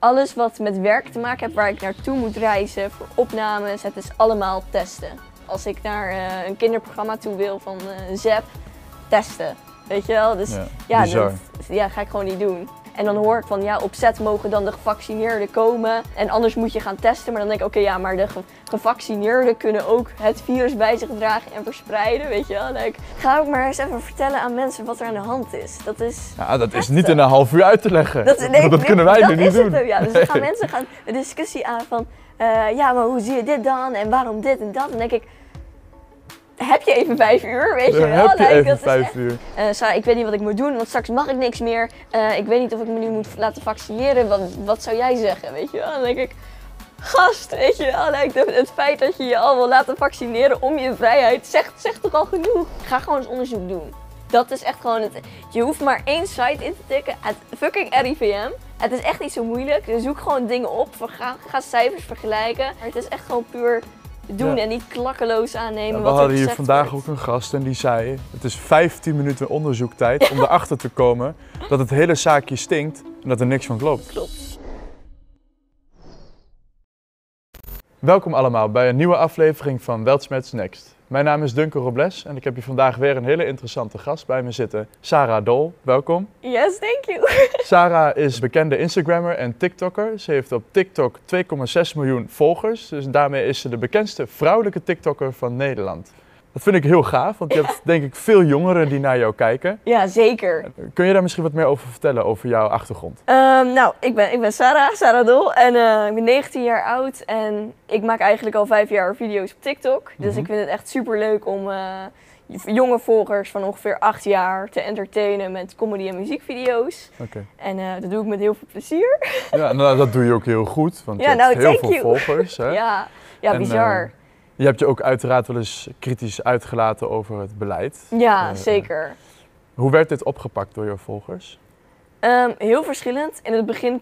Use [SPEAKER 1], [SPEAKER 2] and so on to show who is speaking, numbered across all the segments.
[SPEAKER 1] alles wat met werk te maken heeft, waar ik naartoe moet reizen voor opnames, het is allemaal testen. Als ik naar een kinderprogramma toe wil van ZEP, testen. Weet je wel? Dus ja, dat ga ik gewoon niet doen. En dan hoor ik van ja, op set mogen dan de gevaccineerden komen en anders moet je gaan testen. Maar dan denk ik oké, ja, maar de gevaccineerden kunnen ook het virus bij zich dragen en verspreiden, weet je wel. Dan ga ook maar eens even vertellen aan mensen wat er aan de hand is. Dat is,
[SPEAKER 2] dat is niet in een half uur uit te leggen. Dat kunnen wij nu niet doen.
[SPEAKER 1] Ja, dus dan gaan mensen een discussie aan van ja, maar hoe zie je dit dan en waarom dit en dat. Dan denk ik, heb je even 5 uur, weet je wel?
[SPEAKER 2] Heb je even 5 uur.
[SPEAKER 1] Sarah, ik weet niet wat ik moet doen, want straks mag ik niks meer. Ik weet niet of ik me nu moet laten vaccineren. Wat zou jij zeggen, weet je wel? Dan denk ik, gast, weet je wel? Het feit dat je je al wil laten vaccineren om je vrijheid, zegt toch al genoeg? Ga gewoon eens onderzoek doen. Dat is echt gewoon het. Je hoeft maar 1 site in te tikken, het fucking RIVM. Het is echt niet zo moeilijk. Dus zoek gewoon dingen op, ga cijfers vergelijken. Maar het is echt gewoon puur doen en niet klakkeloos aannemen.
[SPEAKER 2] We hadden hier vandaag ook een gast en die zei, het is 15 minuten onderzoektijd om erachter te komen dat het hele zaakje stinkt en dat er niks van klopt.
[SPEAKER 1] Klopt.
[SPEAKER 2] Welkom allemaal bij een nieuwe aflevering van Weltschmerz Next. Mijn naam is Duncan Robles en ik heb hier vandaag weer een hele interessante gast bij me zitten. Sarah Dol, welkom.
[SPEAKER 1] Yes, thank you.
[SPEAKER 2] Sarah is bekende Instagrammer en TikToker. Ze heeft op TikTok 2,6 miljoen volgers, dus daarmee is ze de bekendste vrouwelijke TikToker van Nederland. Dat vind ik heel gaaf, want je hebt denk ik veel jongeren die naar jou kijken.
[SPEAKER 1] Ja, zeker.
[SPEAKER 2] Kun je daar misschien wat meer over vertellen, over jouw achtergrond?
[SPEAKER 1] Nou, ik ben Sarah Dol en ik ben 19 jaar oud en ik maak eigenlijk al 5 jaar video's op TikTok. Dus ik vind het echt super leuk om jonge volgers van ongeveer 8 jaar te entertainen met comedy- en muziekvideo's. En dat doe ik met heel veel plezier.
[SPEAKER 2] Ja, nou, dat doe je ook heel goed, want je hebt heel veel volgers. Hè?
[SPEAKER 1] Ja, bizar.
[SPEAKER 2] Je hebt je ook uiteraard wel eens kritisch uitgelaten over het beleid.
[SPEAKER 1] Ja, zeker.
[SPEAKER 2] Hoe werd dit opgepakt door je volgers?
[SPEAKER 1] Heel verschillend. In het begin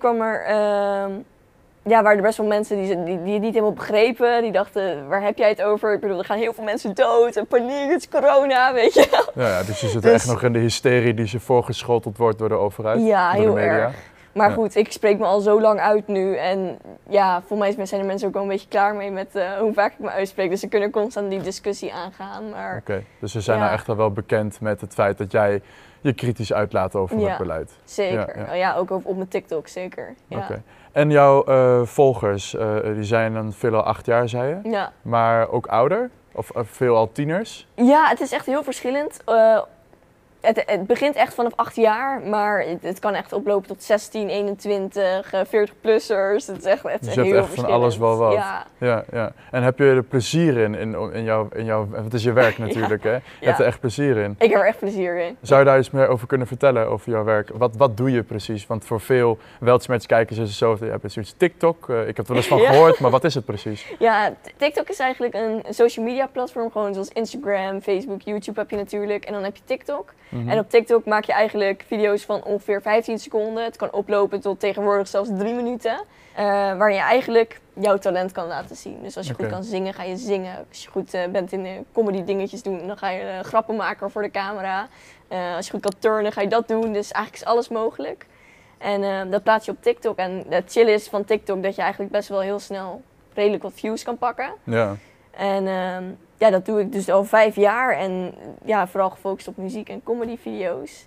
[SPEAKER 1] waren er best wel mensen die het niet helemaal begrepen. Die dachten, waar heb jij het over? Ik bedoel, er gaan heel veel mensen dood en paniek, het is corona, weet je wel.
[SPEAKER 2] Ja, dus je zit echt nog in de hysterie die ze voorgeschoteld wordt door de overheid,
[SPEAKER 1] ja,
[SPEAKER 2] door de media.
[SPEAKER 1] Heel erg. Maar goed, ik spreek me al zo lang uit nu en ja, volgens mij zijn er mensen ook wel een beetje klaar mee met hoe vaak ik me uitspreek. Dus ze kunnen constant die discussie aangaan.
[SPEAKER 2] Oké, dus ze zijn nou echt al wel bekend met het feit dat jij je kritisch uitlaat over het beleid.
[SPEAKER 1] Zeker. Ja, ook op mijn TikTok, zeker. Ja.
[SPEAKER 2] En jouw volgers, die zijn dan veelal 8 jaar, zei je?
[SPEAKER 1] Ja.
[SPEAKER 2] Maar ook ouder? Of veelal tieners?
[SPEAKER 1] Ja, het is echt heel verschillend. Het begint echt vanaf 8 jaar, maar het kan echt oplopen tot 16, 21, 40-plussers. Het is echt
[SPEAKER 2] dus je hebt echt van alles wel wat. Ja. En heb je er plezier in jouw het is je werk natuurlijk, hè? Je hebt er echt plezier in.
[SPEAKER 1] Ik heb er echt plezier in.
[SPEAKER 2] Zou je daar iets meer over kunnen vertellen, over jouw werk? Wat doe je precies? Want voor veel Weltschmerz-kijkers is het zo, je hebt zoiets TikTok. Ik heb er wel eens van gehoord, maar wat is het precies?
[SPEAKER 1] Ja, TikTok is eigenlijk een social media platform, gewoon zoals Instagram, Facebook, YouTube heb je natuurlijk. En dan heb je TikTok. En op TikTok maak je eigenlijk video's van ongeveer 15 seconden. Het kan oplopen tot tegenwoordig zelfs 3 minuten. Waarin je eigenlijk jouw talent kan laten zien. Dus als je goed kan zingen, ga je zingen. Als je goed bent in comedy dingetjes doen, dan ga je grappen maken voor de camera. Als je goed kan turnen, ga je dat doen. Dus eigenlijk is alles mogelijk. En dat plaats je op TikTok. En het chill is van TikTok dat je eigenlijk best wel heel snel redelijk wat views kan pakken.
[SPEAKER 2] Ja.
[SPEAKER 1] En dat doe ik dus al 5 jaar en ja, vooral gefocust op muziek en comedyvideo's.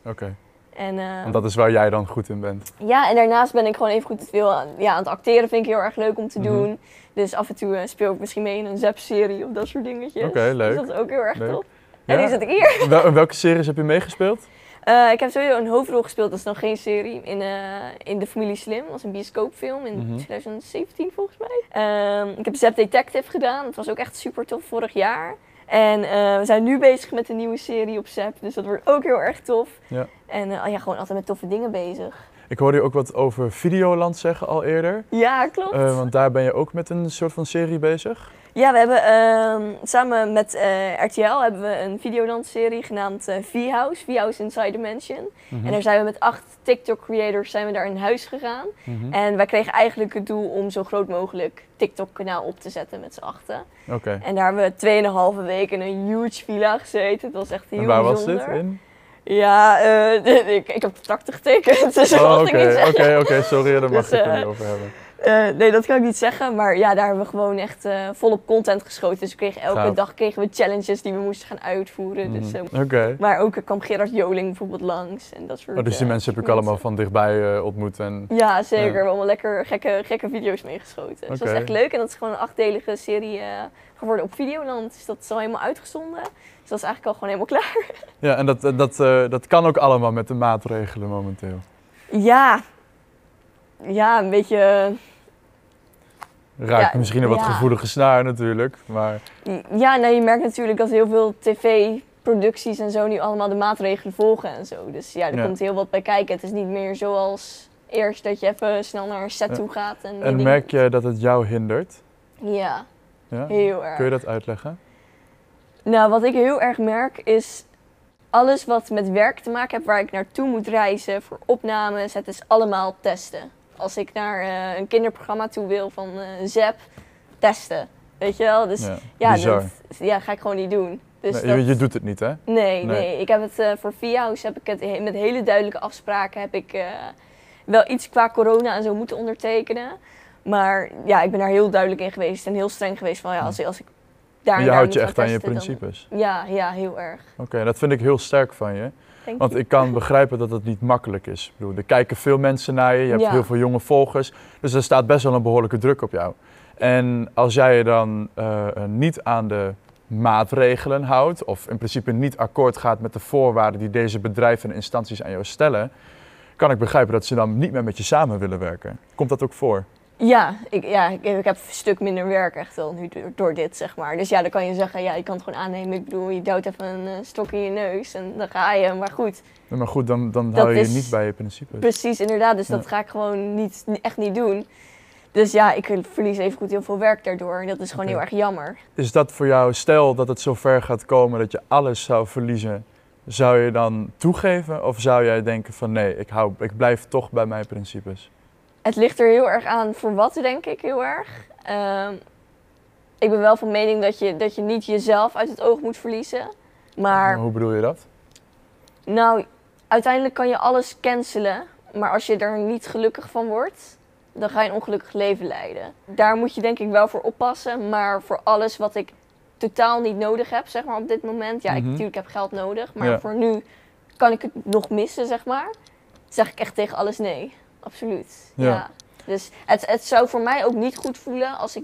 [SPEAKER 2] En dat is waar jij dan goed in bent?
[SPEAKER 1] Ja, en daarnaast ben ik gewoon even goed veel aan het acteren, vind ik heel erg leuk om te doen. Dus af en toe speel ik misschien mee in een ZEP-serie of dat soort dingetjes.
[SPEAKER 2] Leuk.
[SPEAKER 1] Dus dat is ook heel erg tof.
[SPEAKER 2] Ja?
[SPEAKER 1] En nu zit ik hier.
[SPEAKER 2] In welke series heb je meegespeeld?
[SPEAKER 1] Ik heb sowieso een hoofdrol gespeeld, dat is nog geen serie, in De Familie Slim. Dat was een bioscoopfilm in 2017 volgens mij. Ik heb ZEP Detective gedaan, dat was ook echt super tof vorig jaar. En we zijn nu bezig met een nieuwe serie op ZEP, dus dat wordt ook heel erg tof. Ja. En gewoon altijd met toffe dingen bezig.
[SPEAKER 2] Ik hoorde je ook wat over Videoland zeggen al eerder.
[SPEAKER 1] Ja, klopt.
[SPEAKER 2] Want daar ben je ook met een soort van serie bezig.
[SPEAKER 1] Ja, we hebben samen met RTL hebben we een Videoland-serie genaamd V-House, V-House Inside the Mansion. En daar zijn we met 8 TikTok-creators zijn we daar in huis gegaan. En wij kregen eigenlijk het doel om zo groot mogelijk TikTok-kanaal op te zetten met z'n 8. En daar hebben we 2,5 weken in een huge villa gezeten. Het was echt heel bijzonder.
[SPEAKER 2] En waar was dit in?
[SPEAKER 1] Ja, ik heb 80 getekend, dus dat mag ik niet zeggen.
[SPEAKER 2] Oké, sorry, daar mag
[SPEAKER 1] Dus,
[SPEAKER 2] ik het niet over hebben.
[SPEAKER 1] Nee, dat kan ik niet zeggen, maar ja, daar hebben we gewoon echt volop content geschoten. Dus elke dag kregen we challenges die we moesten gaan uitvoeren. Dus, maar ook kwam Gerard Joling bijvoorbeeld langs en dat soort
[SPEAKER 2] dus die mensen heb ik allemaal van dichtbij ontmoet?
[SPEAKER 1] Ja, zeker. We hebben allemaal lekker gekke video's meegeschoten. Dus dat was echt leuk en dat is gewoon een 8-delige serie geworden op Videoland. Dus dat is al helemaal uitgezonden. Dus dat is eigenlijk al gewoon helemaal klaar.
[SPEAKER 2] Ja, en dat kan ook allemaal met de maatregelen momenteel?
[SPEAKER 1] Ja, een beetje...
[SPEAKER 2] Raakt misschien een wat gevoelige snaar natuurlijk, maar...
[SPEAKER 1] Ja, nou, je merkt natuurlijk dat heel veel tv-producties en zo nu allemaal de maatregelen volgen en zo. Dus ja, er komt heel wat bij kijken. Het is niet meer zoals eerst dat je even snel naar een set toe gaat. En
[SPEAKER 2] merk je dat het jou hindert?
[SPEAKER 1] Ja, heel erg.
[SPEAKER 2] Kun je dat uitleggen?
[SPEAKER 1] Nou, wat ik heel erg merk is... Alles wat met werk te maken heeft, waar ik naartoe moet reizen voor opnames, het is allemaal testen. Als ik naar een kinderprogramma toe wil van ZEP, testen. Weet je wel? Dus dat ga ik gewoon niet doen. Dus
[SPEAKER 2] nee, je doet het niet, hè?
[SPEAKER 1] Nee. Ik heb het voor Viahouse heb ik het met hele duidelijke afspraken heb ik wel iets qua corona en zo moeten ondertekenen. Maar ja, ik ben daar heel duidelijk in geweest en heel streng geweest van als ik daar
[SPEAKER 2] je houdt je echt aan je principes?
[SPEAKER 1] Ja, heel erg.
[SPEAKER 2] Oké, dat vind ik heel sterk van je. Want ik kan begrijpen dat het niet makkelijk is. Ik bedoel, er kijken veel mensen naar je, je hebt heel veel jonge volgers. Dus er staat best wel een behoorlijke druk op jou. En als jij je dan niet aan de maatregelen houdt, of in principe niet akkoord gaat met de voorwaarden die deze bedrijven en instanties aan jou stellen, kan ik begrijpen dat ze dan niet meer met je samen willen werken. Komt dat ook voor?
[SPEAKER 1] Ja, ik heb een stuk minder werk echt wel nu door dit, zeg maar. Dus ja, dan kan je zeggen, je kan het gewoon aannemen. Ik bedoel, je duwt even een stok in je neus en dan ga je. Maar goed.
[SPEAKER 2] Nee, maar goed, dan hou je je niet bij je principes.
[SPEAKER 1] Precies, inderdaad. Dus dat ga ik gewoon echt niet doen. Dus ja, ik verlies even goed heel veel werk daardoor. En dat is gewoon heel erg jammer.
[SPEAKER 2] Is dat voor jou, stel dat het zover gaat komen dat je alles zou verliezen, zou je dan toegeven? Of zou jij denken van nee, ik blijf toch bij mijn principes?
[SPEAKER 1] Het ligt er heel erg aan voor wat, denk ik, heel erg. Ik ben wel van mening dat je niet jezelf uit het oog moet verliezen. Maar
[SPEAKER 2] hoe bedoel je dat?
[SPEAKER 1] Nou, uiteindelijk kan je alles cancelen. Maar als je er niet gelukkig van wordt, dan ga je een ongelukkig leven leiden. Daar moet je denk ik wel voor oppassen. Maar voor alles wat ik totaal niet nodig heb, zeg maar, op dit moment. Ja, natuurlijk heb geld nodig. Maar voor nu kan ik het nog missen, zeg maar. Zeg ik echt tegen alles nee. Absoluut. Ja. Dus het zou voor mij ook niet goed voelen als ik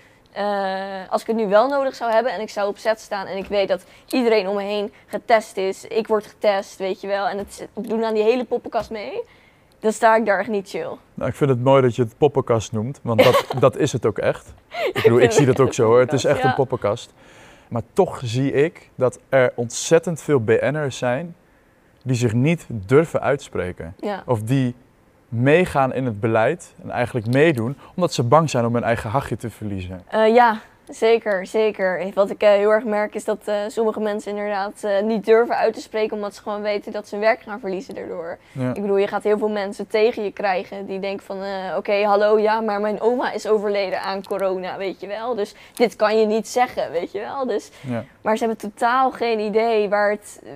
[SPEAKER 1] het nu wel nodig zou hebben en ik zou op set staan en ik weet dat iedereen om me heen getest is. Ik word getest, weet je wel. En het doen aan die hele poppenkast mee. Dan sta ik daar echt niet chill.
[SPEAKER 2] Nou, ik vind het mooi dat je het poppenkast noemt, want dat is het ook echt. Ik bedoel, ik zie dat ook zo hoor. Het is echt een poppenkast. Maar toch zie ik dat er ontzettend veel BN'ers zijn die zich niet durven uitspreken.
[SPEAKER 1] Ja.
[SPEAKER 2] Of die meegaan in het beleid en eigenlijk meedoen omdat ze bang zijn om hun eigen hachje te verliezen.
[SPEAKER 1] Ja, zeker. Wat ik heel erg merk is dat sommige mensen inderdaad niet durven uit te spreken omdat ze gewoon weten dat ze hun werk gaan verliezen daardoor. Ja. Ik bedoel, je gaat heel veel mensen tegen je krijgen die denken van oké, hallo, ja, maar mijn oma is overleden aan corona, weet je wel. Dus dit kan je niet zeggen, weet je wel. Dus, maar ze hebben totaal geen idee waar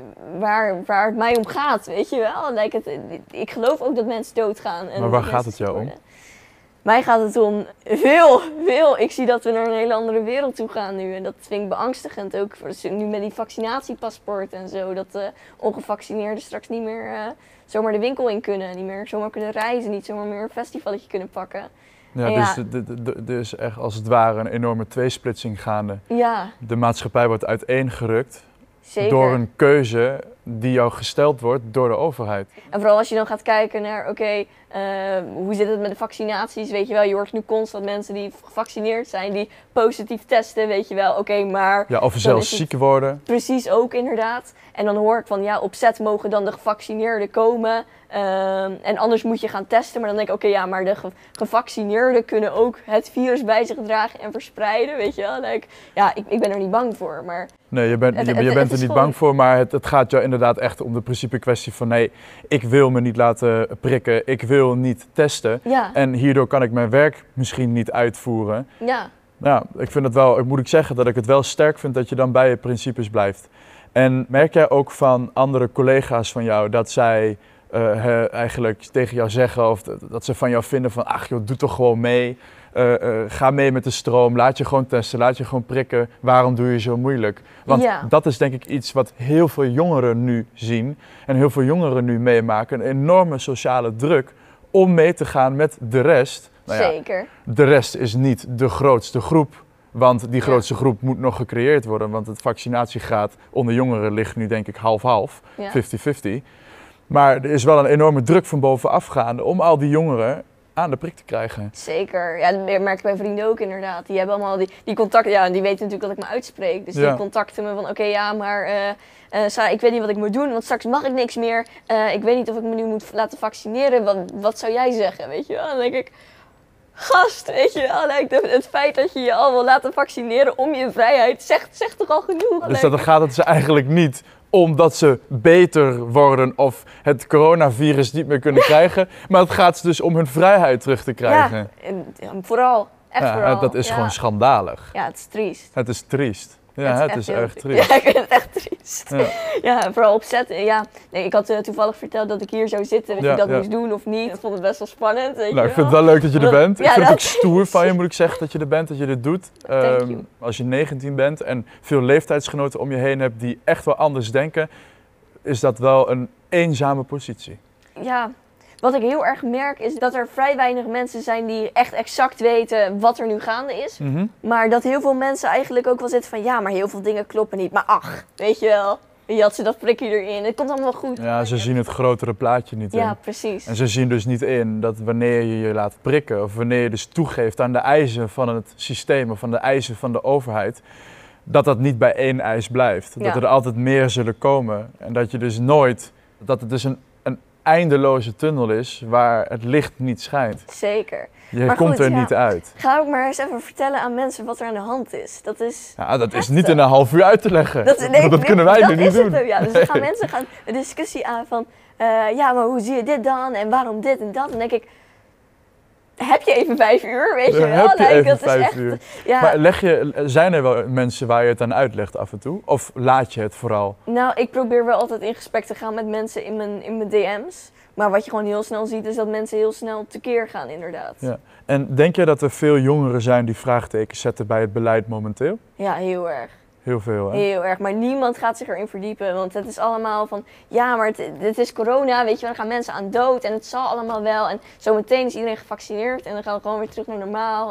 [SPEAKER 1] het mij om gaat, weet je wel. Ik geloof ook dat mensen doodgaan. En
[SPEAKER 2] maar waar gaat het jou om?
[SPEAKER 1] Mij gaat het om veel. Ik zie dat we naar een hele andere wereld toe gaan nu. En dat vind ik beangstigend ook. Nu met die vaccinatiepaspoort en zo. Dat ongevaccineerden straks niet meer zomaar de winkel in kunnen. Niet meer zomaar kunnen reizen. Niet zomaar meer een festivalletje kunnen pakken.
[SPEAKER 2] Ja, dus is echt als het ware een enorme tweesplitsing gaande.
[SPEAKER 1] Ja.
[SPEAKER 2] De maatschappij wordt uiteengerukt.
[SPEAKER 1] Zeker.
[SPEAKER 2] Door een keuze die jou gesteld wordt door de overheid.
[SPEAKER 1] En vooral als je dan gaat kijken naar, hoe zit het met de vaccinaties, weet je wel. Je hoort nu constant mensen die gevaccineerd zijn, die positief testen, weet je wel. Maar...
[SPEAKER 2] Ja, of zelfs ziek worden.
[SPEAKER 1] Precies, ook inderdaad. En dan hoor ik van, ja, op set mogen dan de gevaccineerden komen. En anders moet je gaan testen. Maar dan denk ik, maar de gevaccineerden kunnen ook het virus bij zich dragen en verspreiden, weet je wel. Ik ben er niet bang voor, maar...
[SPEAKER 2] Nee, je bent er niet bang voor, maar het gaat jou inderdaad echt om de principe kwestie van nee, ik wil me niet laten prikken, ik wil niet testen.
[SPEAKER 1] Ja.
[SPEAKER 2] En hierdoor kan ik mijn werk misschien niet uitvoeren.
[SPEAKER 1] Ja.
[SPEAKER 2] Ja, ik vind het wel, moet ik zeggen dat ik het wel sterk vind dat je dan bij je principes blijft. En merk jij ook van andere collega's van jou dat zij eigenlijk tegen jou zeggen of dat ze van jou vinden van ach joh, doe toch gewoon mee. Ga mee met de stroom, laat je gewoon testen, laat je gewoon prikken. Waarom doe je zo moeilijk? Want dat is denk ik iets wat heel veel jongeren nu zien en heel veel jongeren nu meemaken. Een enorme sociale druk om mee te gaan met de rest. Nou ja,
[SPEAKER 1] zeker.
[SPEAKER 2] De rest is niet de grootste groep, want die grootste groep moet nog gecreëerd worden. Want het vaccinatiegraad onder jongeren ligt nu denk ik half-half, 50-50. Maar er is wel een enorme druk van bovenaf gaande om al die jongeren aan de prik te krijgen.
[SPEAKER 1] Zeker, ja, dat merk ik bij vrienden ook inderdaad. Die hebben allemaal die contacten, ja, en die weten natuurlijk dat ik me uitspreek. Dus die contacten me van oké, ja, maar ik weet niet wat ik moet doen, want straks mag ik niks meer. Ik weet niet of ik me nu moet laten vaccineren. Wat zou jij zeggen, weet je wel? Dan denk ik, gast, weet je wel, het feit dat je je al wil laten vaccineren om je vrijheid, zegt toch al genoeg?
[SPEAKER 2] Dus dan gaat het ze eigenlijk niet omdat ze beter worden of het coronavirus niet meer kunnen krijgen, maar het gaat ze dus om hun vrijheid terug te krijgen.
[SPEAKER 1] Ja, en vooral, echt vooral.
[SPEAKER 2] Dat is gewoon schandalig.
[SPEAKER 1] Ja, het is triest.
[SPEAKER 2] Het is triest. Ja, het is erg triest.
[SPEAKER 1] Ja, ik vind het echt triest. Ja, vooral opzetten. Ja, nee, ik had toevallig verteld dat ik hier zou zitten, dat je dat moest doen of niet. Ik vond het best wel spannend. Weet je
[SPEAKER 2] ik vind het wel leuk dat je er bent. Ik vind het ook stoer van je, moet ik zeggen, dat je er bent, dat je dit doet. Als je 19 bent en veel leeftijdsgenoten om je heen hebt die echt wel anders denken, is dat wel een eenzame positie.
[SPEAKER 1] Ja. Wat ik heel erg merk is dat er vrij weinig mensen zijn die echt exact weten wat er nu gaande is. Maar dat heel veel mensen eigenlijk ook wel zitten van ja, maar heel veel dingen kloppen niet. Maar ach, weet je wel, je had ze dat prikje erin. Het komt allemaal wel goed.
[SPEAKER 2] Ja, ze zien het grotere plaatje niet in.
[SPEAKER 1] Ja, precies.
[SPEAKER 2] En ze zien dus niet in dat wanneer je je laat prikken of wanneer je dus toegeeft aan de eisen van het systeem of aan de eisen van de overheid, dat dat niet bij één eis blijft. Dat er altijd meer zullen komen en dat je dus nooit, dat het dus een eindeloze tunnel is waar het licht niet schijnt.
[SPEAKER 1] Zeker.
[SPEAKER 2] Je komt er niet uit.
[SPEAKER 1] Ga ook maar eens even vertellen aan mensen wat er aan de hand is. Dat is
[SPEAKER 2] is niet in een half uur uit te leggen. Dat kunnen wij nu niet doen.
[SPEAKER 1] Ja, dus dan gaan mensen een discussie aan van ja, maar hoe zie je dit dan en waarom dit en dat? En dan denk ik, heb je even 5 uur, weet je wel?
[SPEAKER 2] Heb je even 5 uur. Ja. Maar zijn er wel mensen waar je het aan uitlegt af en toe? Of laat je het vooral?
[SPEAKER 1] Nou, ik probeer wel altijd in gesprek te gaan met mensen in mijn DM's. Maar wat je gewoon heel snel ziet is dat mensen heel snel tekeer gaan inderdaad.
[SPEAKER 2] Ja. En denk je dat er veel jongeren zijn die vraagtekens zetten bij het beleid momenteel?
[SPEAKER 1] Ja, heel erg.
[SPEAKER 2] Heel veel, hè?
[SPEAKER 1] Heel erg, maar niemand gaat zich erin verdiepen, want het is allemaal van, ja, maar het is corona, weet je wel, dan gaan mensen aan dood en het zal allemaal wel. En zometeen is iedereen gevaccineerd en dan gaan we gewoon weer terug naar normaal.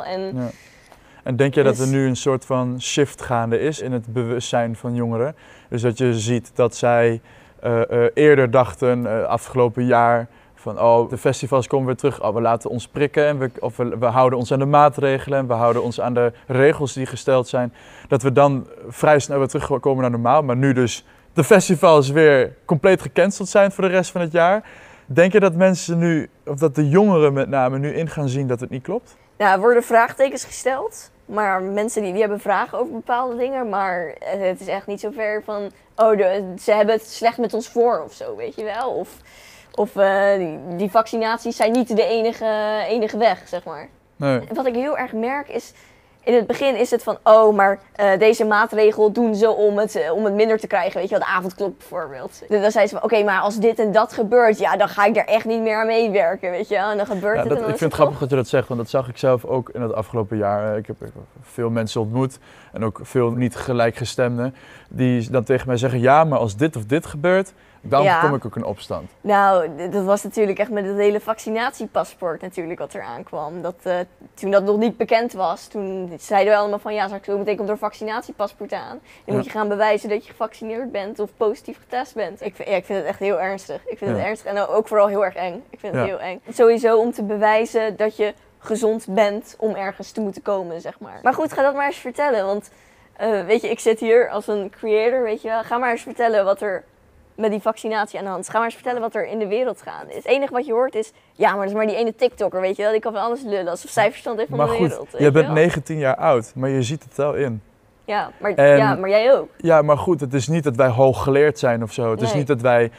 [SPEAKER 2] En denk je dat er nu een soort van shift gaande is in het bewustzijn van jongeren? Dus dat je ziet dat zij eerder dachten, afgelopen jaar, van oh, de festivals komen weer terug, oh, we laten ons prikken en we houden ons aan de maatregelen en we houden ons aan de regels die gesteld zijn. Dat we dan vrij snel weer terugkomen naar normaal, maar nu dus de festivals weer compleet gecanceld zijn voor de rest van het jaar. Denk je dat mensen nu, of dat de jongeren met name nu in gaan zien dat het niet klopt?
[SPEAKER 1] Nou, er worden vraagtekens gesteld, maar mensen die hebben vragen over bepaalde dingen, maar het is echt niet zo ver van, oh, ze hebben het slecht met ons voor of zo, weet je wel. Of die vaccinaties zijn niet de enige weg, zeg maar.
[SPEAKER 2] Nee.
[SPEAKER 1] Wat ik heel erg merk is, in het begin is het van, oh, maar deze maatregel doen ze om het minder te krijgen, weet je wel, de avondklok bijvoorbeeld. Dan zeiden ze van, oké, maar als dit en dat gebeurt, ja, dan ga ik er echt niet meer aan meewerken, weet je wel. En dan gebeurt het.
[SPEAKER 2] Ik vind het grappig dat je dat zegt, want dat zag ik zelf ook in het afgelopen jaar. Ik heb veel mensen ontmoet en ook veel niet gelijkgestemden, die dan tegen mij zeggen, ja, maar als dit of dit gebeurt, dan kom ik ook in opstand.
[SPEAKER 1] Nou, dat was natuurlijk echt met het hele vaccinatiepaspoort natuurlijk wat er aankwam. Toen dat nog niet bekend was, toen zeiden we allemaal van ja, straks zo meteen komt er een vaccinatiepaspoort aan. En moet je gaan bewijzen dat je gevaccineerd bent of positief getest bent. Ik vind het echt heel ernstig. Ik vind het ernstig en ook vooral heel erg eng. Ik vind het heel eng. Sowieso om te bewijzen dat je gezond bent om ergens te moeten komen, zeg maar. Maar goed, ga dat maar eens vertellen, want weet je, ik zit hier als een creator, weet je wel. Ga maar eens vertellen wat er met die vaccinatie aan de hand is. Ga maar eens vertellen wat er in de wereld gaande is. Het enige wat je hoort is, ja, maar dat is maar die ene TikToker, weet je wel. Die kan van alles lullen, alsof zij verstand heeft van de wereld.
[SPEAKER 2] Maar goed, je bent 19 jaar oud, maar je ziet het wel in.
[SPEAKER 1] Ja, maar jij ook.
[SPEAKER 2] Ja, maar goed, het is niet dat wij hooggeleerd zijn of zo. Het is niet dat wij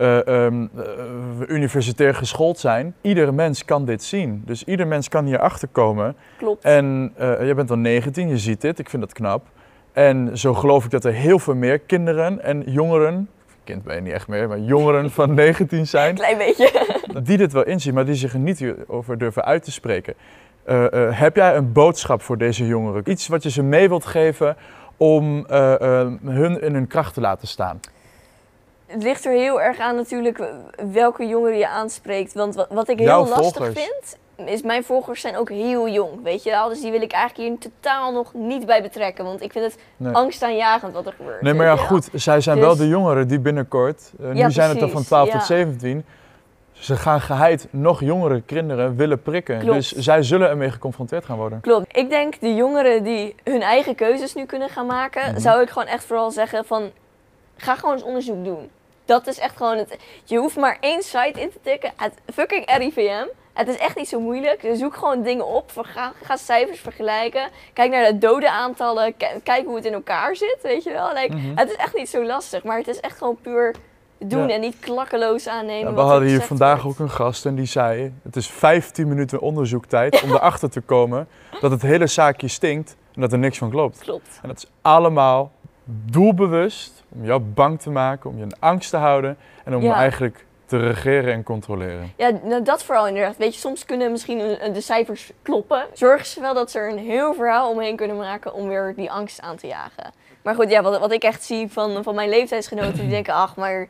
[SPEAKER 2] universitair geschoold zijn. Iedere mens kan dit zien. Dus ieder mens kan hier achter komen.
[SPEAKER 1] Klopt.
[SPEAKER 2] En je bent dan 19, je ziet dit, ik vind dat knap. En zo geloof ik dat er heel veel meer kinderen en jongeren, kind ben je niet echt meer, maar jongeren van 19 zijn.
[SPEAKER 1] Klein beetje.
[SPEAKER 2] Die dit wel inzien, maar die zich er niet over durven uit te spreken. Heb jij een boodschap voor deze jongeren? Iets wat je ze mee wilt geven om hun in hun kracht te laten staan?
[SPEAKER 1] Het ligt er heel erg aan natuurlijk welke jongeren je aanspreekt. Want wat ik
[SPEAKER 2] Jouw
[SPEAKER 1] heel lastig
[SPEAKER 2] volgers.
[SPEAKER 1] vind, is mijn volgers zijn ook heel jong, weet je wel. Dus die wil ik eigenlijk hier totaal nog niet bij betrekken. Want ik vind het angstaanjagend wat er gebeurt.
[SPEAKER 2] Nee, maar ja goed, zij zijn wel de jongeren die binnenkort, nu zijn het er van 12 tot 17... Ze gaan geheid nog jongere kinderen willen prikken.
[SPEAKER 1] Klopt.
[SPEAKER 2] Dus zij zullen ermee geconfronteerd gaan worden.
[SPEAKER 1] Klopt. Ik denk de jongeren die hun eigen keuzes nu kunnen gaan maken, zou ik gewoon echt vooral zeggen van, ga gewoon eens onderzoek doen. Dat is echt gewoon het. Je hoeft maar één site in te tikken, het fucking RIVM. Het is echt niet zo moeilijk. Dus zoek gewoon dingen op, ga cijfers vergelijken. Kijk naar de dodenaantallen, kijk hoe het in elkaar zit, weet je wel. Het is echt niet zo lastig, maar het is echt gewoon puur doen en niet klakkeloos aannemen.
[SPEAKER 2] Ja, we hadden hier vandaag ook een gast en die zei, het is 15 minuten onderzoektijd om erachter te komen dat het hele zaakje stinkt en dat er niks van klopt.
[SPEAKER 1] Klopt.
[SPEAKER 2] En dat is allemaal doelbewust om jou bang te maken, om je in angst te houden en om eigenlijk te regeren en controleren.
[SPEAKER 1] Ja, nou dat vooral inderdaad. Weet je, soms kunnen misschien de cijfers kloppen. Zorgen ze wel dat ze er een heel verhaal omheen kunnen maken om weer die angst aan te jagen. Maar goed, ja, wat ik echt zie van mijn leeftijdsgenoten, die denken, ach, maar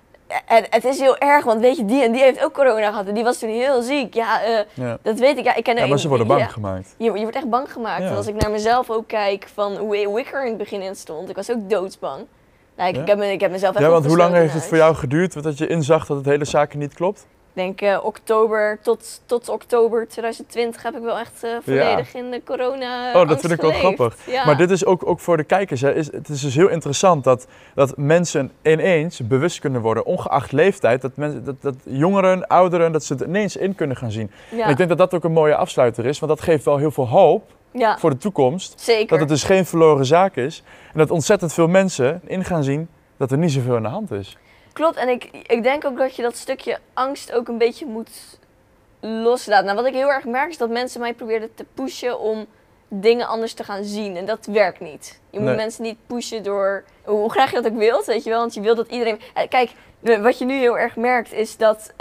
[SPEAKER 1] het is heel erg, want weet je, die en die heeft ook corona gehad en die was toen heel ziek. Ja, dat weet ik. Ja, ik ken
[SPEAKER 2] maar ze worden bang gemaakt.
[SPEAKER 1] Je wordt echt bang gemaakt. Want als ik naar mezelf ook kijk van hoe ik er in het begin in stond, ik was ook doodsbang. Nou, ik heb mezelf echt
[SPEAKER 2] want hoe lang heeft het voor jou geduurd dat je inzag dat het hele zaakje niet klopt?
[SPEAKER 1] Ik denk oktober tot oktober 2020 heb ik wel echt volledig in de corona
[SPEAKER 2] dat vind ik wel grappig. Ja. Maar dit is ook voor de kijkers. Het is dus heel interessant dat mensen ineens bewust kunnen worden, ongeacht leeftijd. Dat jongeren, ouderen, dat ze het ineens in kunnen gaan zien. Ja. En ik denk dat dat ook een mooie afsluiter is, want dat geeft wel heel veel hoop voor de toekomst.
[SPEAKER 1] Zeker.
[SPEAKER 2] Dat het dus geen verloren zaak is. En dat ontzettend veel mensen in gaan zien dat er niet zoveel aan de hand is.
[SPEAKER 1] Klopt, en ik denk ook dat je dat stukje angst ook een beetje moet loslaten. Nou, wat ik heel erg merk is dat mensen mij probeerden te pushen om dingen anders te gaan zien. En dat werkt niet. Je moet mensen niet pushen door hoe graag je dat ook wilt, weet je wel. Want je wilt dat iedereen... Kijk, wat je nu heel erg merkt is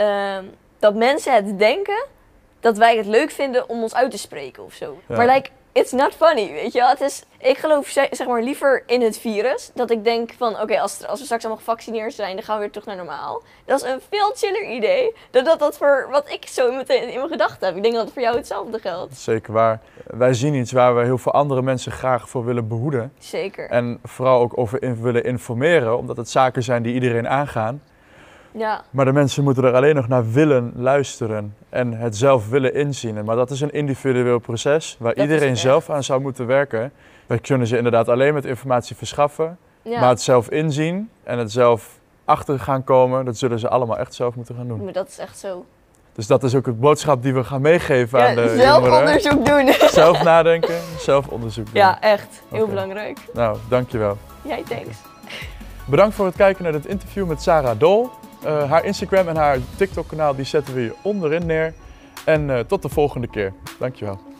[SPEAKER 1] dat mensen het denken dat wij het leuk vinden om ons uit te spreken of zo. Ja. Maar it's not funny, weet je wel. Ik geloof zeg maar liever in het virus. Dat ik denk van, oké, als we straks allemaal gevaccineerd zijn, dan gaan we weer terug naar normaal. Dat is een veel chiller idee dan dat voor wat ik zo meteen in mijn gedachten heb. Ik denk dat het voor jou hetzelfde geldt.
[SPEAKER 2] Zeker waar. Wij zien iets waar we heel veel andere mensen graag voor willen behoeden.
[SPEAKER 1] Zeker.
[SPEAKER 2] En vooral ook over willen informeren, omdat het zaken zijn die iedereen aangaan.
[SPEAKER 1] Ja.
[SPEAKER 2] Maar de mensen moeten er alleen nog naar willen luisteren en het zelf willen inzien. Maar dat is een individueel proces waar iedereen zelf aan zou moeten werken. We kunnen ze inderdaad alleen met informatie verschaffen, maar het zelf inzien en het zelf achter gaan komen, dat zullen ze allemaal echt zelf moeten gaan doen.
[SPEAKER 1] Maar dat is echt zo.
[SPEAKER 2] Dus dat is ook het boodschap die we gaan meegeven aan de
[SPEAKER 1] zelf
[SPEAKER 2] jongeren.
[SPEAKER 1] Onderzoek doen.
[SPEAKER 2] Zelf nadenken, zelf onderzoek doen.
[SPEAKER 1] Ja, echt. Heel belangrijk.
[SPEAKER 2] Nou, dankjewel.
[SPEAKER 1] Jij, thanks.
[SPEAKER 2] Bedankt voor het kijken naar dit interview met Sarah Dol. Haar Instagram en haar TikTok kanaal die zetten we hier onderin neer. En tot de volgende keer. Dankjewel.